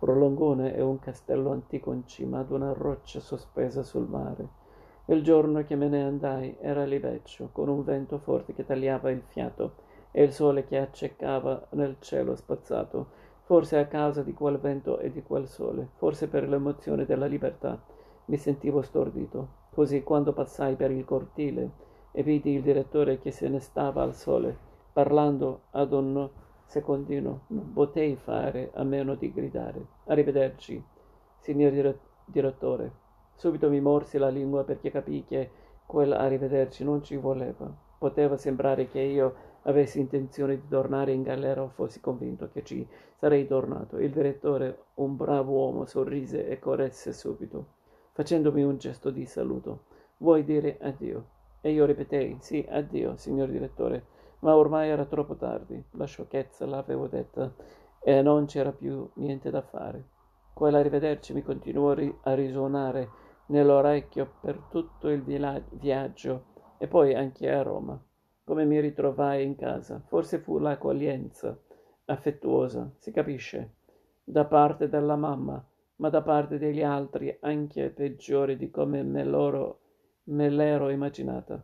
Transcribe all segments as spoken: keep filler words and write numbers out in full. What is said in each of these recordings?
Prolongone è un castello antico in cima ad una roccia sospesa sul mare. Il giorno che me ne andai era libeccio, con un vento forte che tagliava il fiato e il sole che accecava nel cielo spazzato, forse a causa di quel vento e di quel sole, forse per l'emozione della libertà. Mi sentivo stordito. Così quando passai per il cortile e vidi il direttore che se ne stava al sole, parlando ad un secondino, non potei fare a meno di gridare: arrivederci, signor dire- direttore. Subito mi morsi la lingua perché capii che quel arrivederci non ci voleva. Poteva sembrare che io avessi intenzione di tornare in galera o fossi convinto che ci sarei tornato. Il direttore, un bravo uomo, sorrise e corresse subito, facendomi un gesto di saluto. Vuoi dire addio? E io ripetei: sì, addio, signor direttore, ma ormai era troppo tardi. La sciocchezza l'avevo detta e non c'era più niente da fare. Quell'arrivederci mi continuò a risuonare nell'orecchio per tutto il vila- viaggio e poi anche a Roma. Come mi ritrovai in casa, forse fu l'accoglienza affettuosa, si capisce, da parte della mamma, ma da parte degli altri anche peggiore di come me, loro, me l'ero immaginata.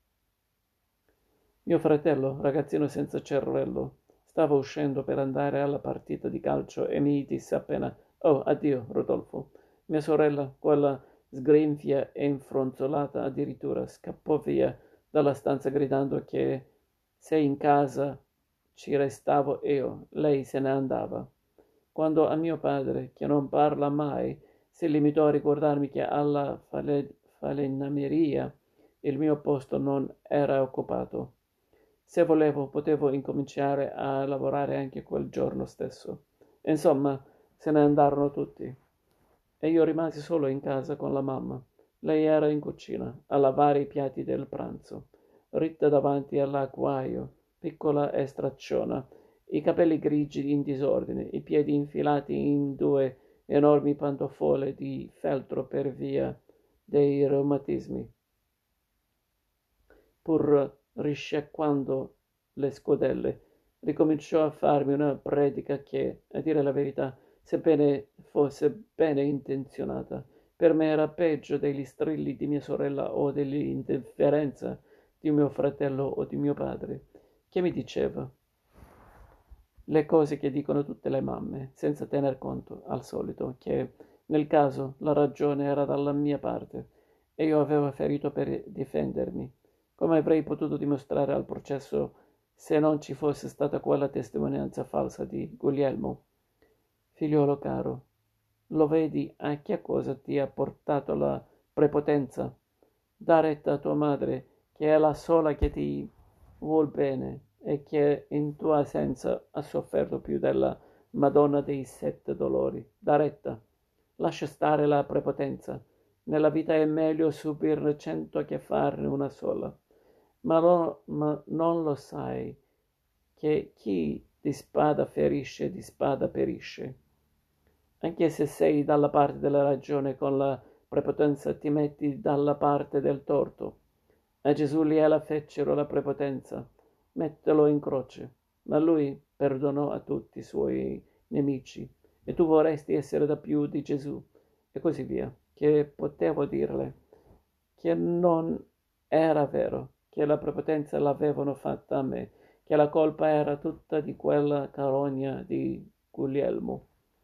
Mio fratello, ragazzino senza cervello, stava uscendo per andare alla partita di calcio e mi disse appena: oh, addio, Rodolfo. Mia sorella, quella sgrinfia e infronzolata addirittura, scappò via dalla stanza gridando che se in casa ci restavo io, lei se ne andava. Quando a mio padre, che non parla mai, si limitò a ricordarmi che alla fale- falegnmeria il mio posto non era occupato. Se volevo, potevo incominciare a lavorare anche quel giorno stesso. Insomma, se ne andarono tutti. E io rimasi solo in casa con la mamma. Lei era in cucina, a lavare i piatti del pranzo. Ritta davanti all'acquaio, piccola e stracciona, i capelli grigi in disordine, i piedi infilati in due enormi pantofole di feltro per via dei reumatismi. Pur risciacquando le scodelle, ricominciò a farmi una predica che, a dire la verità, sebbene fosse bene intenzionata, per me era peggio degli strilli di mia sorella o dell'indifferenza di mio fratello o di mio padre. Che mi diceva? Le cose che dicono tutte le mamme, senza tener conto, al solito, che nel caso la ragione era dalla mia parte e io avevo ferito per difendermi. Come avrei potuto dimostrare al processo se non ci fosse stata quella testimonianza falsa di Guglielmo? Figliolo caro, lo vedi a che cosa ti ha portato la prepotenza? Da retta a tua madre, che è la sola che ti vuol bene e che in tua assenza ha sofferto più della Madonna dei sette dolori. Da retta. Lascia stare la prepotenza. Nella vita è meglio subirne cento che farne una sola. Ma, lo- ma non lo sai che chi di spada ferisce, di spada perisce. Anche se sei dalla parte della ragione con la prepotenza, ti metti dalla parte del torto. A Gesù gliela fecero la prepotenza, mettelo in croce, ma lui perdonò a tutti i suoi nemici. E tu vorresti essere da più di Gesù, e così via. Che potevo dirle? Che non era vero, che la prepotenza l'avevano fatta a me, che la colpa era tutta di quella carogna di Guglielmo,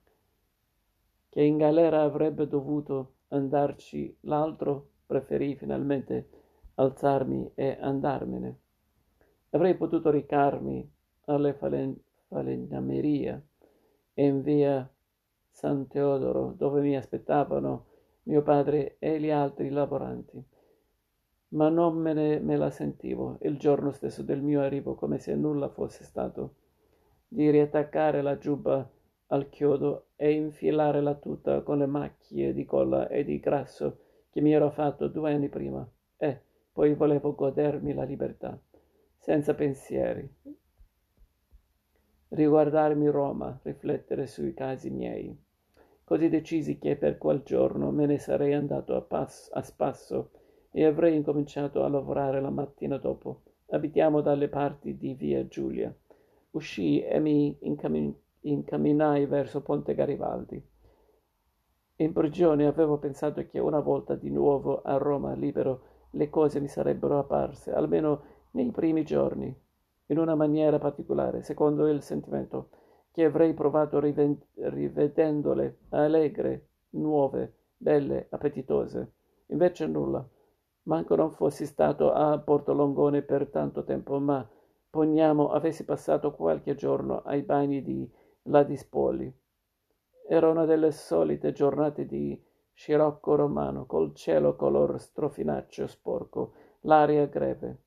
che in galera avrebbe dovuto andarci l'altro, preferì finalmente alzarmi e andarmene. Avrei potuto recarmi alle falen- falegnamerie e in via San Teodoro, dove mi aspettavano mio padre e gli altri lavoranti, ma non me, ne, me la sentivo, il giorno stesso del mio arrivo, come se nulla fosse stato, di riattaccare la giubba al chiodo e infilare la tuta con le macchie di colla e di grasso che mi ero fatto due anni prima. E poi volevo godermi la libertà, senza pensieri, riguardarmi Roma, riflettere sui casi miei. Così decisi che per quel giorno me ne sarei andato a, pass- a spasso e avrei incominciato a lavorare la mattina dopo. Abitiamo dalle parti di via Giulia. Uscii e mi incammin- incamminai verso Ponte Garibaldi. In prigione avevo pensato che una volta di nuovo a Roma libero le cose mi sarebbero apparse, almeno nei primi giorni, in una maniera particolare, secondo il sentimento che avrei provato riven- rivedendole allegre, nuove, belle, appetitose. Invece nulla. Manco non fossi stato a Porto Longone per tanto tempo, ma poniamo avessi passato qualche giorno ai bagni di Ladispoli. Era una delle solite giornate di scirocco romano, col cielo color strofinaccio sporco, l'aria greve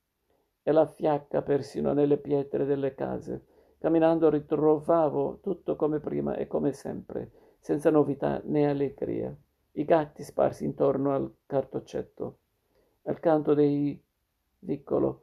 e la fiacca persino nelle pietre delle case. Camminando ritrovavo tutto come prima e come sempre, senza novità né allegria. I gatti sparsi intorno al cartoccetto, al canto dei vicolo,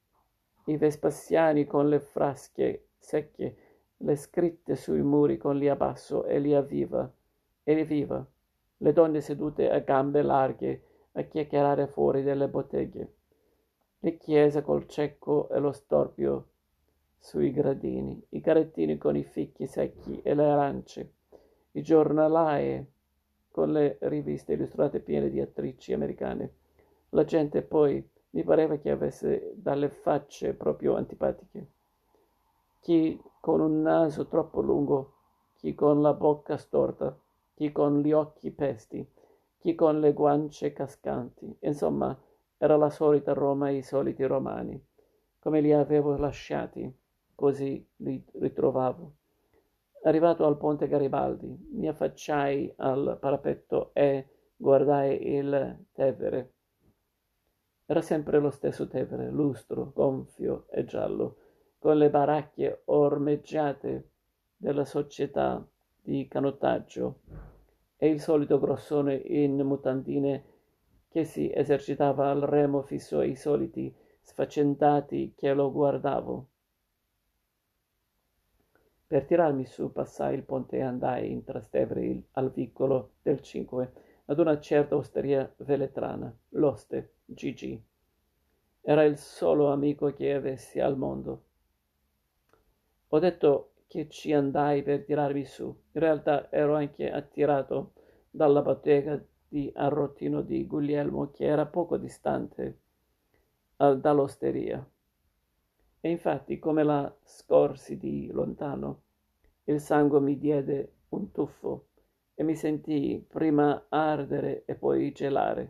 i vespassiani con le frasche secche, le scritte sui muri con lì a basso e lì a viva, e lì viva, le donne sedute a gambe larghe a chiacchierare fuori delle botteghe, le chiese col cieco e lo storpio sui gradini, i carrettini con i fichi secchi e le arance, i giornalai con le riviste illustrate piene di attrici americane. La gente poi mi pareva che avesse dalle facce proprio antipatiche. Chi con un naso troppo lungo, chi con la bocca storta, chi con gli occhi pesti, chi con le guance cascanti. Insomma, era la solita Roma e i soliti romani. Come li avevo lasciati, così li ritrovavo. Arrivato al ponte Garibaldi, mi affacciai al parapetto e guardai il Tevere. Era sempre lo stesso Tevere, lustro, gonfio e giallo, con le baracche ormeggiate della società di canottaggio e il solito grossone in mutandine che si esercitava al remo fisso ai soliti sfaccendati che lo guardavo. Per tirarmi su passai il ponte e andai in Trastevere al vicolo del Cinque, ad una certa osteria veletrana, l'oste, Gigi. Era il solo amico che avessi al mondo. Ho detto che ci andai per tirarmi su. In realtà ero anche attirato dalla bottega di arrotino di Guglielmo, che era poco distante dall'osteria. E infatti, come la scorsi di lontano, il sangue mi diede un tuffo e mi sentii prima ardere e poi gelare,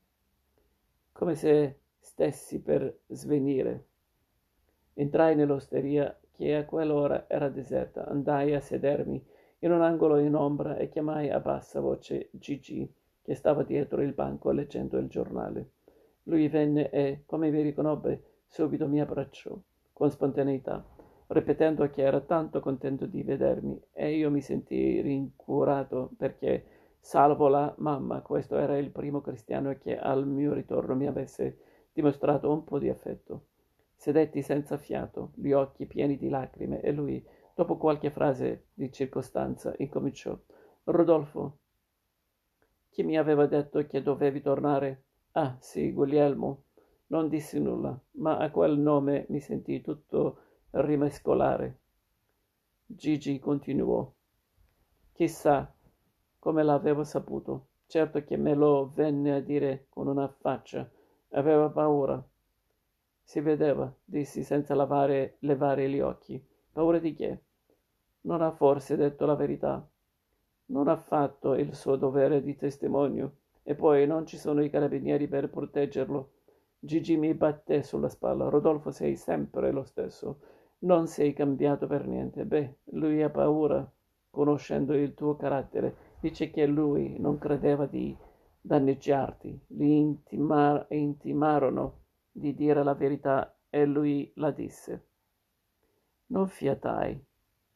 come se stessi per svenire. Entrai nell'osteria che a quell'ora era deserta, andai a sedermi in un angolo in ombra e chiamai a bassa voce Gigi, che stava dietro il banco leggendo il giornale. Lui venne e, come mi riconobbe, subito mi abbracciò con spontaneità, ripetendo che era tanto contento di vedermi, e io mi sentii rincurato perché, salvo la mamma, questo era il primo cristiano che al mio ritorno mi avesse dimostrato un po' di affetto. Sedetti senza fiato, gli occhi pieni di lacrime, e lui, dopo qualche frase di circostanza, incominciò: Rodolfo, chi mi aveva detto che dovevi tornare? Ah, sì, Guglielmo. Non dissi nulla, ma a quel nome mi sentii tutto rimescolare. Gigi continuò: Chissà come l'avevo saputo. Certo che me lo venne a dire con una faccia. Aveva paura. Si vedeva, dissi senza lavare, levare gli occhi. Paura di che? Non ha forse detto la verità. Non ha fatto il suo dovere di testimonio. E poi non ci sono i carabinieri per proteggerlo. Gigi mi batté sulla spalla. Rodolfo, sei sempre lo stesso. Non sei cambiato per niente. Beh, lui ha paura, conoscendo il tuo carattere. Dice che lui non credeva di danneggiarti. Gli intima- intimarono di dire la verità e lui la disse. Non fiatai.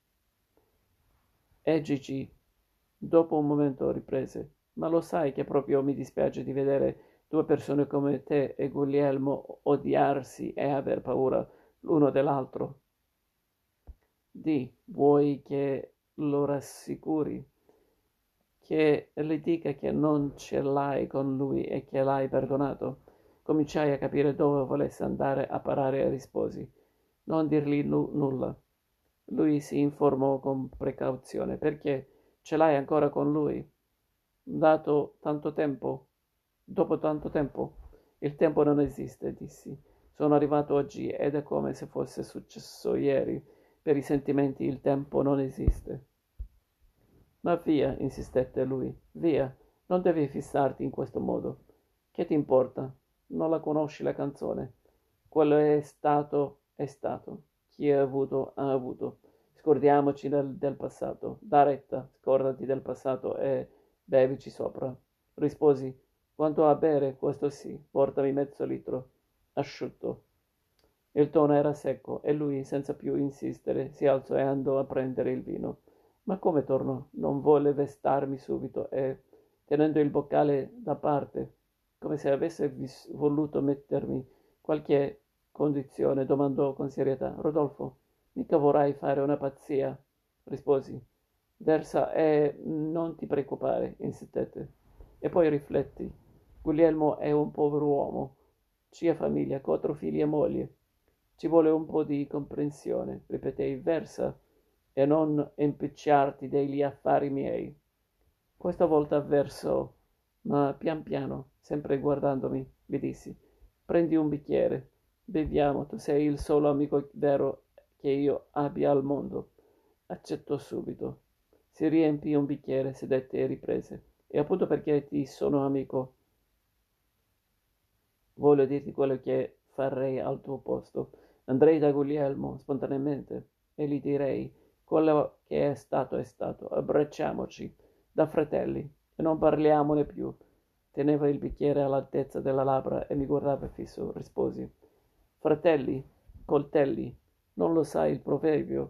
E Gigi, dopo un momento riprese: Ma lo sai che proprio mi dispiace di vedere due persone come te e Guglielmo odiarsi e aver paura l'uno dell'altro. Di, vuoi che lo rassicuri? Che le dica che non ce l'hai con lui e che l'hai perdonato? Cominciai a capire dove volesse andare a parare e risposi: Non dirgli nu- nulla. Lui si informò con precauzione. Perché ce l'hai ancora con lui? Dato tanto tempo? Dopo tanto tempo? Il tempo non esiste, dissi. Sono arrivato oggi ed è come se fosse successo ieri. Per i sentimenti il tempo non esiste. Ma via, insistette lui, via, non devi fissarti in questo modo. Che ti importa? Non la conosci la canzone? Quello è stato, è stato. Chi ha avuto, ha avuto. Scordiamoci del, del passato. Da retta, scordati del passato e bevici sopra. Risposi, quanto a bere, questo sì, portami mezzo litro. Asciutto. Il tono era secco e lui, senza più insistere, si alzò e andò a prendere il vino. Ma come tornò? Non volle vestarmi subito e, tenendo il boccale da parte, come se avesse vis- voluto mettermi qualche condizione, domandò con serietà: Rodolfo, mica vorrai fare una pazzia? Risposi: Versa e non ti preoccupare, insistette. E poi rifletti: Guglielmo è un povero uomo, ci ha famiglia, quattro figli e moglie. Ci vuole un po' di comprensione, ripetei, versa e non impicciarti degli affari miei. Questa volta versò, ma pian piano, sempre guardandomi, mi dissi: Prendi un bicchiere, beviamo, tu sei il solo amico vero che io abbia al mondo. Accettò subito. Si riempì un bicchiere, sedette e riprese. E appunto perché ti sono amico, voglio dirti quello che farei al tuo posto. Andrei da Guglielmo spontaneamente e gli direi: quello che è stato è stato, abbracciamoci, da fratelli, e non parliamone più. Teneva il bicchiere all'altezza della labbra e mi guardava fisso. Risposi: fratelli, coltelli, non lo sai il proverbio?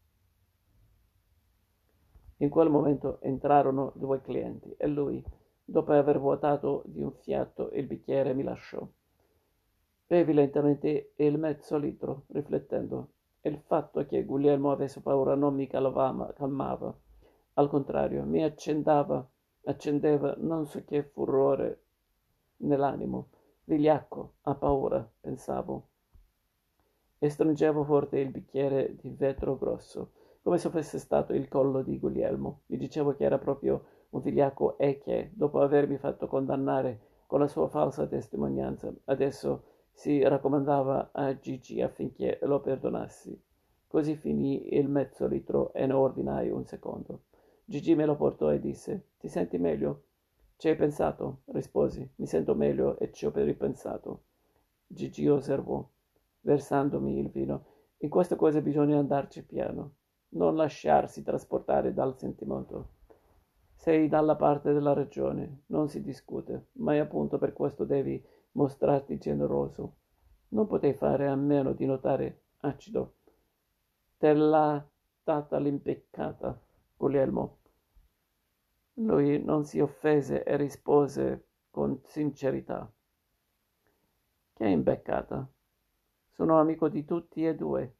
In quel momento entrarono due clienti e lui, dopo aver vuotato di un fiato il bicchiere, mi lasciò. Bevi lentamente il mezzo litro, riflettendo. Il fatto che Guglielmo avesse paura non mi calmava, calmava. Al contrario, mi accendava, accendeva non so che furore nell'animo. Vigliacco, ha paura, pensavo, e stringevo forte il bicchiere di vetro grosso, come se fosse stato il collo di Guglielmo. Mi dicevo che era proprio un vigliacco e che, dopo avermi fatto condannare con la sua falsa testimonianza, adesso si raccomandava a Gigi affinché lo perdonassi. Così finì il mezzo litro e ne ordinai un secondo. Gigi me lo portò e disse: Ti senti meglio? Ci hai pensato? Risposi: Mi sento meglio e ci ho ripensato. Gigi osservò, versandomi il vino: In queste cose bisogna andarci piano, non lasciarsi trasportare dal sentimento. Sei dalla parte della ragione, non si discute, ma è appunto per questo devi mostrarti generoso. Non potei fare a meno di notare, acido: Te l'ha data l'impeccata, Guglielmo. Lui non si offese e rispose con sincerità: Che imbeccata? Sono amico di tutti e due.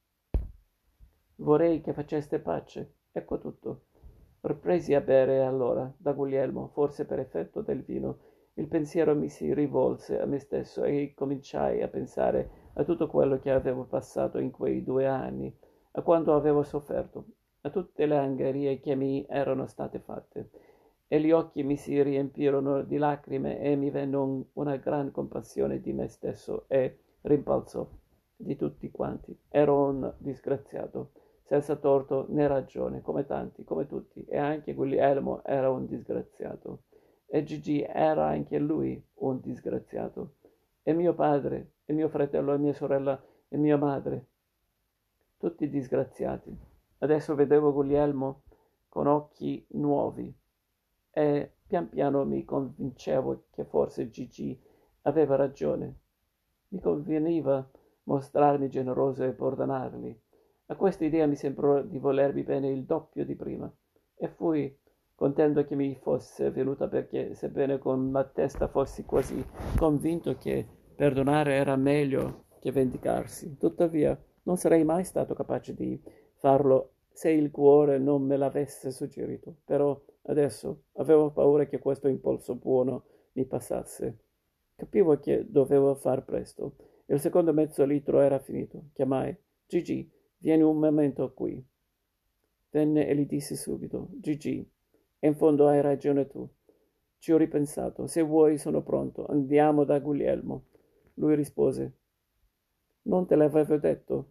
Vorrei che faceste pace. Ecco tutto. Ripresi a bere allora, da Guglielmo, forse per effetto del vino. Il pensiero mi si rivolse a me stesso e cominciai a pensare a tutto quello che avevo passato in quei due anni, a quanto avevo sofferto, a tutte le angherie che mi erano state fatte. E gli occhi mi si riempirono di lacrime e mi venne un, una gran compassione di me stesso e rimpalzò di tutti quanti. Ero un disgraziato, senza torto né ragione, come tanti, come tutti, e anche Guglielmo era un disgraziato, e Gigi era anche lui un disgraziato, e mio padre, e mio fratello, e mia sorella, e mia madre, tutti disgraziati. Adesso vedevo Guglielmo con occhi nuovi e pian piano mi convincevo che forse Gigi aveva ragione. Mi conveniva mostrarmi generoso e perdonarli. A questa idea mi sembrò di volermi bene il doppio di prima, e fui contento che mi fosse venuta perché, sebbene con la testa fossi quasi convinto che perdonare era meglio che vendicarsi, tuttavia non sarei mai stato capace di farlo se il cuore non me l'avesse suggerito. Però adesso avevo paura che questo impulso buono mi passasse. Capivo che dovevo far presto. Il secondo mezzo litro era finito. Chiamai: Gigi, Vieni un momento qui. Venne e gli disse subito: Gigi, in fondo hai ragione tu. Ci ho ripensato. Se vuoi sono pronto. Andiamo da Guglielmo. Lui rispose: Non te l'avevo detto?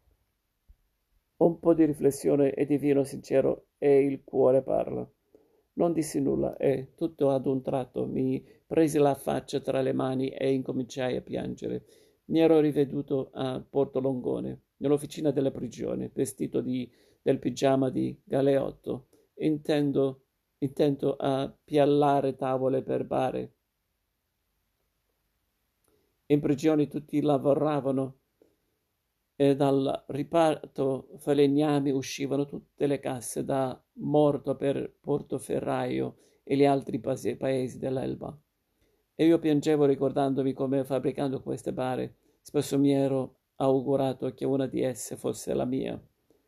Un po' di riflessione e di vino sincero e il cuore parla. Non dissi nulla e, tutto ad un tratto, mi presi la faccia tra le mani e incominciai a piangere. Mi ero riveduto a Porto Longone, nell'officina della prigione, vestito di, del pigiama di Galeotto, intendo, intento a piallare tavole per bare. In prigione tutti lavoravano e dal riparto falegnami uscivano tutte le casse da Morto per Portoferraio e gli altri paesi, paesi dell'Elba. E io piangevo ricordandomi come fabbricando queste bare spesso mi ero augurato che una di esse fosse la mia.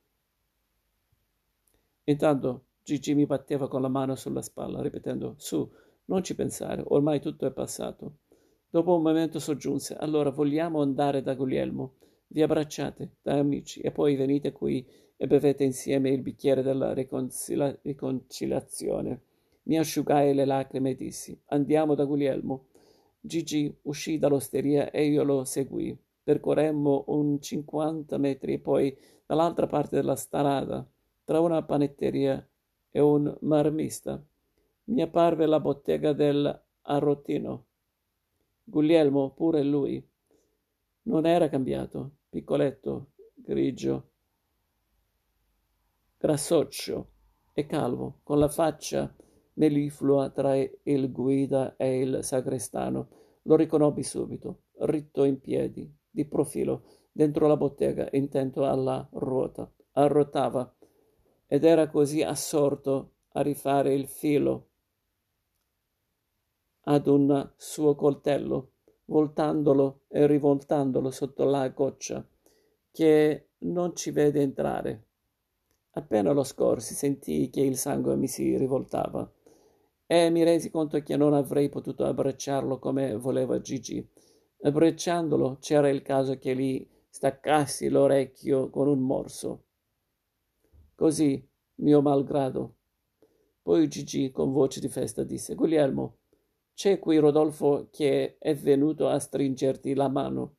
Intanto Gigi mi batteva con la mano sulla spalla, ripetendo: Su, non ci pensare, ormai tutto è passato. Dopo un momento soggiunse: Allora vogliamo andare da Guglielmo. Vi abbracciate da amici e poi venite qui e bevete insieme il bicchiere della riconcilia- riconciliazione. Mi asciugai le lacrime e dissi: Andiamo da Guglielmo. Gigi uscì dall'osteria e io lo seguì. Percorremmo un cinquanta metri e poi dall'altra parte della strada, tra una panetteria e un marmista, mi apparve la bottega del Arrotino. Guglielmo, pure lui, non era cambiato, piccoletto, grigio, grassoccio e calvo, con la faccia melliflua tra il guida e il sacrestano. Lo riconobbi subito, ritto in piedi, di profilo, dentro la bottega, intento alla ruota. Arrotava ed era così assorto a rifare il filo ad un suo coltello, voltandolo e rivoltandolo sotto la goccia, che non ci vede entrare. Appena lo scorsi sentii che il sangue mi si rivoltava e mi resi conto che non avrei potuto abbracciarlo come voleva Gigi. Abbracciandolo c'era il caso che gli staccassi l'orecchio con un morso. Così, mio malgrado. Poi Gigi con voce di festa disse: Guglielmo, c'è qui Rodolfo che è venuto a stringerti la mano.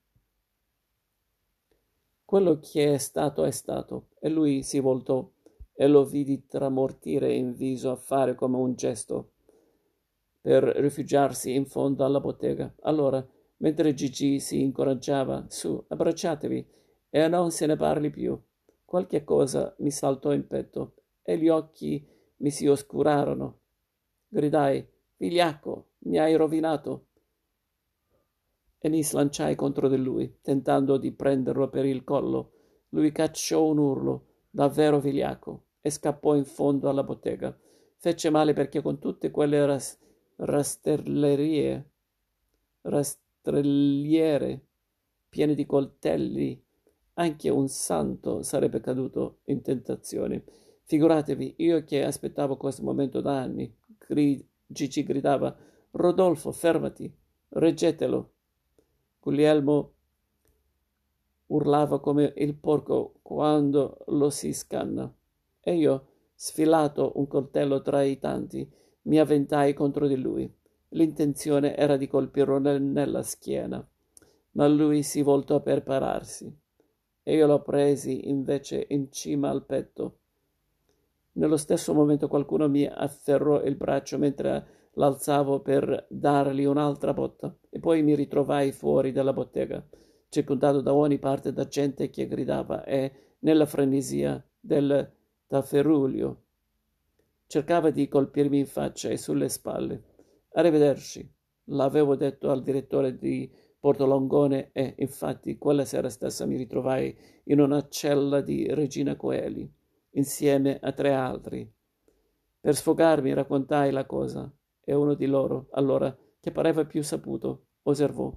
Quello che è stato è stato, e lui si voltò e lo vidi tramortire in viso a fare come un gesto per rifugiarsi in fondo alla bottega. Allora, mentre Gigi si incoraggiava: Su, abbracciatevi e non se ne parli più. Qualche cosa mi saltò in petto e gli occhi mi si oscurarono. Gridai: Vigliacco, mi hai rovinato! E mi slanciai contro di lui, tentando di prenderlo per il collo. Lui cacciò un urlo, davvero vigliacco, e scappò in fondo alla bottega. Fece male perché con tutte quelle ras- rastellerie, rastrelliere piene di coltelli, anche un santo sarebbe caduto in tentazione. Figuratevi, io che aspettavo questo momento da anni. Gri- Gigi gridava: Rodolfo, fermati, reggetelo. Guglielmo urlava come il porco quando lo si scanna. E io, sfilato un coltello tra i tanti, mi avventai contro di lui. L'intenzione era di colpirlo nel- nella schiena, ma lui si voltò per pararsi e io lo presi invece in cima al petto. Nello stesso momento qualcuno mi afferrò il braccio mentre l'alzavo per dargli un'altra botta e poi mi ritrovai fuori dalla bottega, circondato da ogni parte da gente che gridava e, nella frenesia del tafferuglio, cercava di colpirmi in faccia e sulle spalle. Arrivederci, l'avevo detto al direttore di Portolongone e, infatti, quella sera stessa mi ritrovai in una cella di Regina Coeli, insieme a tre altri. Per sfogarmi raccontai la cosa e uno di loro, allora, che pareva più saputo, osservò: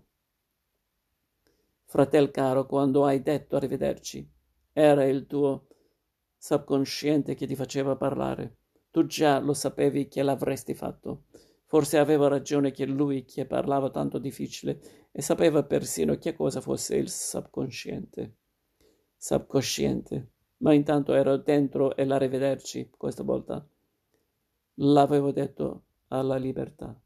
Fratel caro, quando hai detto arrivederci, era il tuo subconsciente che ti faceva parlare. Tu già lo sapevi che l'avresti fatto. Forse aveva ragione che lui che parlava tanto difficile e sapeva persino che cosa fosse il subconsciente. subconsciente, ma intanto ero dentro e l'arrivederci questa volta l'avevo detto alla libertà.